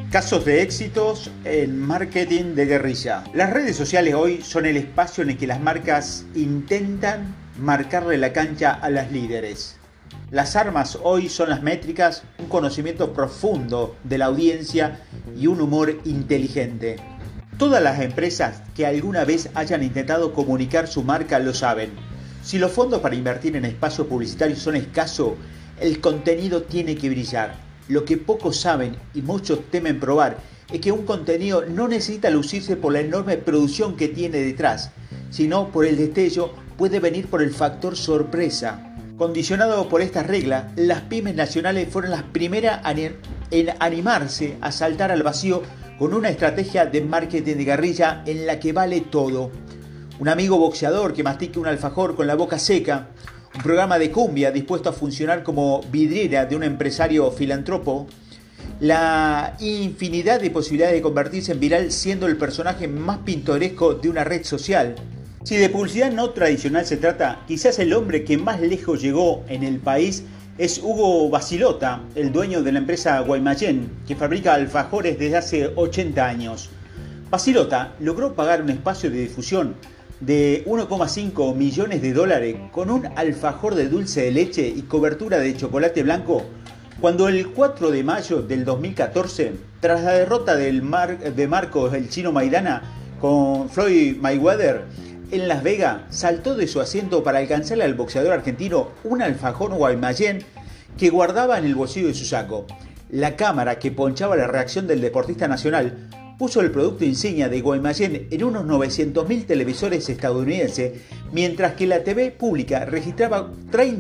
Casos de éxitos en marketing de guerrilla. Las redes sociales hoy son el espacio en el que las marcas intentan marcarle la cancha a las líderes. Las armas hoy son las métricas, un conocimiento profundo de la audiencia y un humor inteligente. Todas las empresas que alguna vez hayan intentado comunicar su marca lo saben. Si los fondos para invertir en espacios publicitarios son escasos, el contenido tiene que brillar. Lo que pocos saben y muchos temen probar es que un contenido no necesita lucirse por la enorme producción que tiene detrás, sino por el destello, puede venir por el factor sorpresa. Condicionado por estas reglas, las pymes nacionales fueron las primeras en animarse a saltar al vacío con una estrategia de marketing de guerrilla en la que vale todo. Un amigo boxeador que mastique un alfajor con la boca seca, un programa de cumbia dispuesto a funcionar como vidriera de un empresario filántropo, la infinidad de posibilidades de convertirse en viral siendo el personaje más pintoresco de una red social. Si de publicidad no tradicional se trata, quizás el hombre que más lejos llegó en el país es Hugo Basilota, el dueño de la empresa Guaymallén, que fabrica alfajores desde hace 80 años. Basilota logró pagar un espacio de difusión de 1,5 millones de dólares con un alfajor de dulce de leche y cobertura de chocolate blanco cuando el 4 de mayo del 2014, tras la derrota de Marcos el Chino Maidana con Floyd Mayweather en Las Vegas, saltó de su asiento para alcanzarle al boxeador argentino un alfajor Guaymallén que guardaba en el bolsillo de su saco. La cámara que ponchaba la reacción del deportista nacional puso el producto insignia de Guaymallén en unos 900.000 televisores estadounidenses, mientras que la TV pública registraba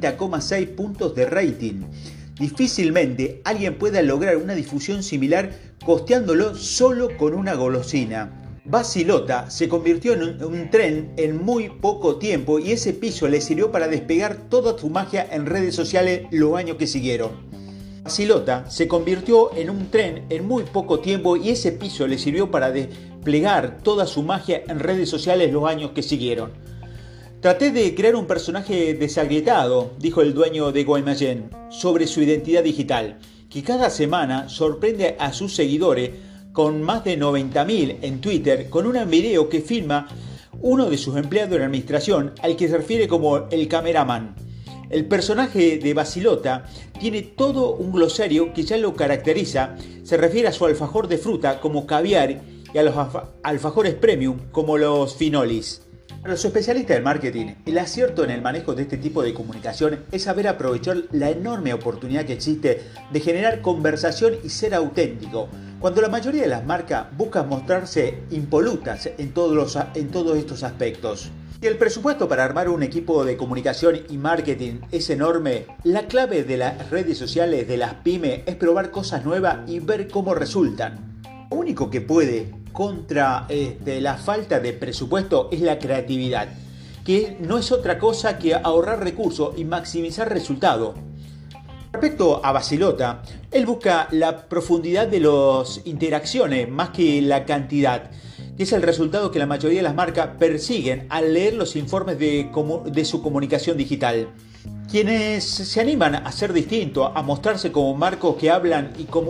30,6 puntos de rating. Difícilmente alguien pueda lograr una difusión similar costeándolo solo con una golosina. Basilota se convirtió en un tren en muy poco tiempo y ese piso le sirvió para despegar toda su magia en redes sociales los años que siguieron. Basilota se convirtió en un tren en muy poco tiempo y ese piso le sirvió para desplegar toda su magia en redes sociales los años que siguieron. Traté de crear un personaje desagrietado, dijo el dueño de Guaymallén, sobre su identidad digital, que cada semana sorprende a sus seguidores con más de 90.000 en Twitter con un video que filma uno de sus empleados de la administración al que se refiere como el cameraman. El personaje de Basilota tiene todo un glosario que ya lo caracteriza, se refiere a su alfajor de fruta como caviar y a los alfajores premium como los finolis. Para los especialistas del marketing, el acierto en el manejo de este tipo de comunicación es saber aprovechar la enorme oportunidad que existe de generar conversación y ser auténtico, cuando la mayoría de las marcas buscan mostrarse impolutas en todos estos aspectos. Si el presupuesto para armar un equipo de comunicación y marketing es enorme, la clave de las redes sociales de las pymes es probar cosas nuevas y ver cómo resultan. Lo único que puede contra la falta de presupuesto es la creatividad, que no es otra cosa que ahorrar recursos y maximizar resultados. Respecto a Basilota, él busca la profundidad de las interacciones más que la cantidad, que es el resultado que la mayoría de las marcas persiguen al leer los informes de su comunicación digital. Quienes se animan a ser distintos, a mostrarse como marcos que hablan y como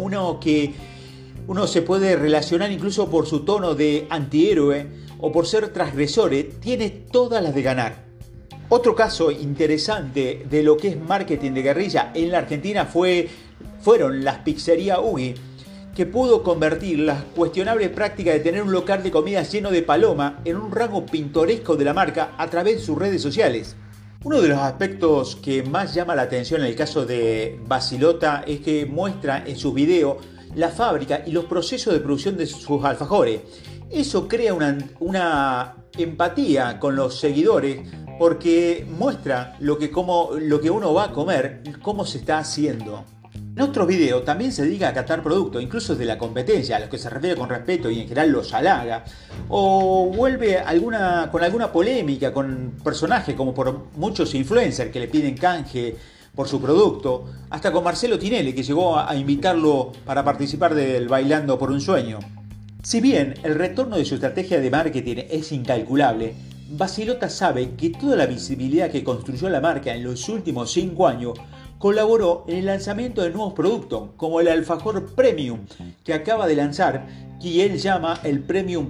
uno se puede relacionar incluso por su tono de antihéroe o por ser transgresores, tiene todas las de ganar. Otro caso interesante de lo que es marketing de guerrilla en la Argentina fueron las pizzerías Ugi, que pudo convertir la cuestionable práctica de tener un local de comida lleno de paloma en un rasgo pintoresco de la marca a través de sus redes sociales. Uno de los aspectos que más llama la atención en el caso de Basilota es que muestra en sus videos la fábrica y los procesos de producción de sus alfajores. Eso crea una empatía con los seguidores porque muestra lo que uno va a comer, cómo se está haciendo. En otros videos también se dedica a catar productos, incluso de la competencia, a los que se refiere con respeto y en general los halaga, o vuelve con alguna polémica con personajes como por muchos influencers que le piden canje por su producto, hasta con Marcelo Tinelli, que llegó a invitarlo para participar del Bailando por un Sueño. Si bien el retorno de su estrategia de marketing es incalculable, Basilota sabe que toda la visibilidad que construyó la marca en los últimos 5 años colaboró en el lanzamiento de nuevos productos, como el alfajor Premium, que acaba de lanzar, y él llama el Premium.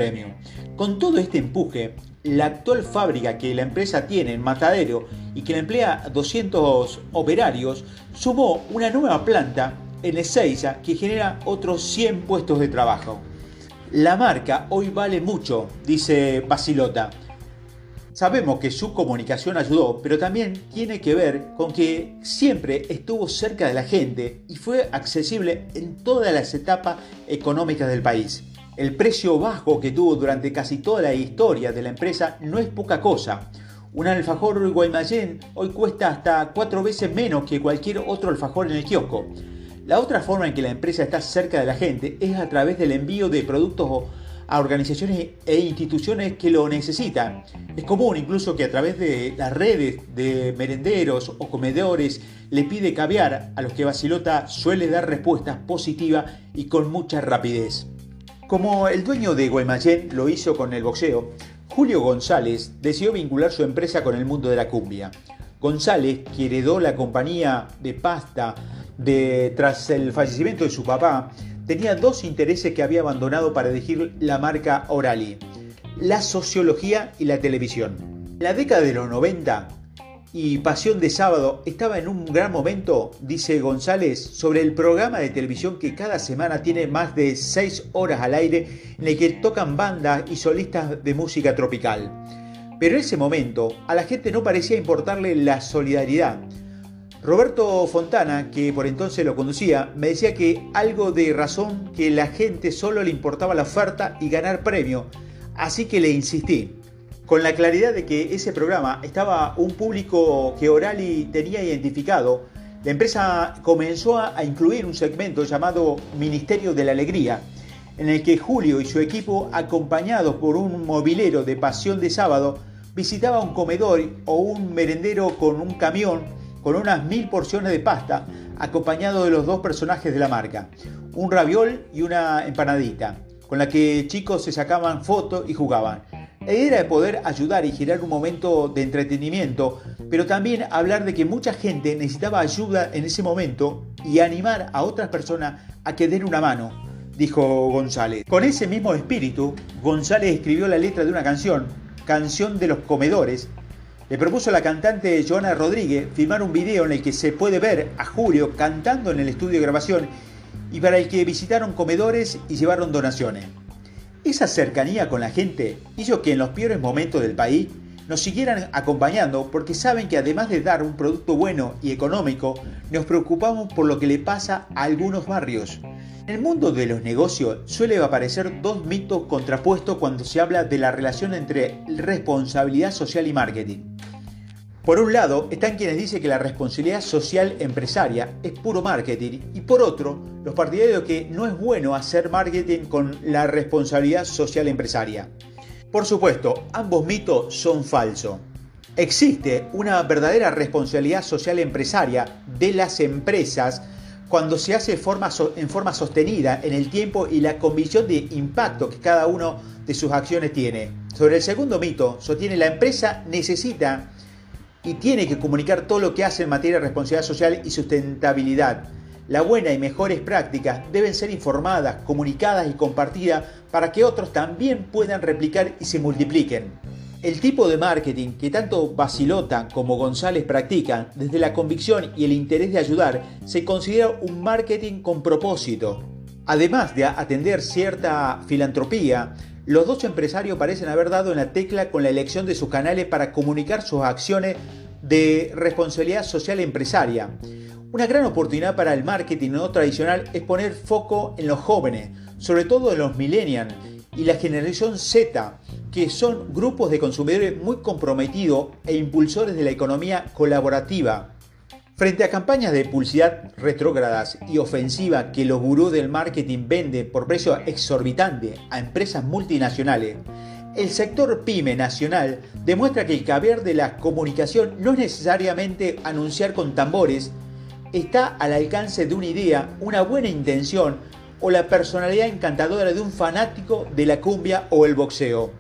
Con todo este empuje, la actual fábrica que la empresa tiene en Matadero y que la emplea 200 operarios, sumó una nueva planta en Ezeiza que genera otros 100 puestos de trabajo. La marca hoy vale mucho, dice Basilota. Sabemos que su comunicación ayudó, pero también tiene que ver con que siempre estuvo cerca de la gente y fue accesible en todas las etapas económicas del país. El precio bajo que tuvo durante casi toda la historia de la empresa no es poca cosa. Un alfajor Guaymallén hoy cuesta hasta 4 veces menos que cualquier otro alfajor en el kiosco. La otra forma en que la empresa está cerca de la gente es a través del envío de productos a organizaciones e instituciones que lo necesitan. Es común incluso que a través de las redes de merenderos o comedores le pide caviar, a los que Basilota suele dar respuestas positivas y con mucha rapidez. Como el dueño de Guaymallén lo hizo con el boxeo, Julio González decidió vincular su empresa con el mundo de la cumbia. González, que heredó la compañía de pasta tras el fallecimiento de su papá, tenía dos intereses que había abandonado para elegir la marca Orali: la sociología y la televisión. En la década de los 90 y Pasión de Sábado estaba en un gran momento, dice González, sobre el programa de televisión que cada semana tiene más de 6 horas al aire, en el que tocan bandas y solistas de música tropical. Pero en ese momento a la gente no parecía importarle la solidaridad. Roberto Fontana, que por entonces lo conducía, me decía que algo de razón, que la gente solo le importaba la oferta y ganar premio, así que le insistí, con la claridad de que ese programa estaba un público que Orali tenía identificado. La empresa comenzó a incluir un segmento llamado Ministerio de la Alegría, en el que Julio y su equipo, acompañados por un mobilero de Pasión de Sábado, visitaba un comedor o un merendero con un camión con unas 1000 porciones de pasta, acompañado de los dos personajes de la marca, un raviol y una empanadita, con la que chicos se sacaban fotos y jugaban. La idea era poder ayudar y generar un momento de entretenimiento, pero también hablar de que mucha gente necesitaba ayuda en ese momento y animar a otras personas a que den una mano, dijo González. Con ese mismo espíritu, González escribió la letra de una canción de los comedores. Le propuso a la cantante Joana Rodríguez filmar un video en el que se puede ver a Julio cantando en el estudio de grabación y para el que visitaron comedores y llevaron donaciones. Esa cercanía con la gente hizo que en los peores momentos del país nos siguieran acompañando, porque saben que además de dar un producto bueno y económico, nos preocupamos por lo que le pasa a algunos barrios. En el mundo de los negocios suele aparecer dos mitos contrapuestos cuando se habla de la relación entre responsabilidad social y marketing. Por un lado están quienes dicen que la responsabilidad social empresaria es puro marketing, y por otro, los partidarios de que no es bueno hacer marketing con la responsabilidad social empresaria. Por supuesto, ambos mitos son falsos. Existe una verdadera responsabilidad social empresaria de las empresas cuando se hace en forma sostenida en el tiempo y la convicción de impacto que cada uno de sus acciones tiene. Sobre el segundo mito, sostiene la empresa necesita y tiene que comunicar todo lo que hace en materia de responsabilidad social y sustentabilidad. La buena y mejores prácticas deben ser informadas, comunicadas y compartidas para que otros también puedan replicar y se multipliquen. El tipo de marketing que tanto Basilota como González practican desde la convicción y el interés de ayudar se considera un marketing con propósito. Además de atender cierta filantropía, los dos empresarios parecen haber dado en la tecla con la elección de sus canales para comunicar sus acciones de responsabilidad social empresaria. Una gran oportunidad para el marketing no tradicional es poner foco en los jóvenes, sobre todo en los millennials y la generación Z, que son grupos de consumidores muy comprometidos e impulsores de la economía colaborativa. Frente a campañas de publicidad retrógradas y ofensivas que los gurús del marketing venden por precio exorbitante a empresas multinacionales, el sector pyme nacional demuestra que el caviar de la comunicación no es necesariamente anunciar con tambores, está al alcance de una idea, una buena intención o la personalidad encantadora de un fanático de la cumbia o el boxeo.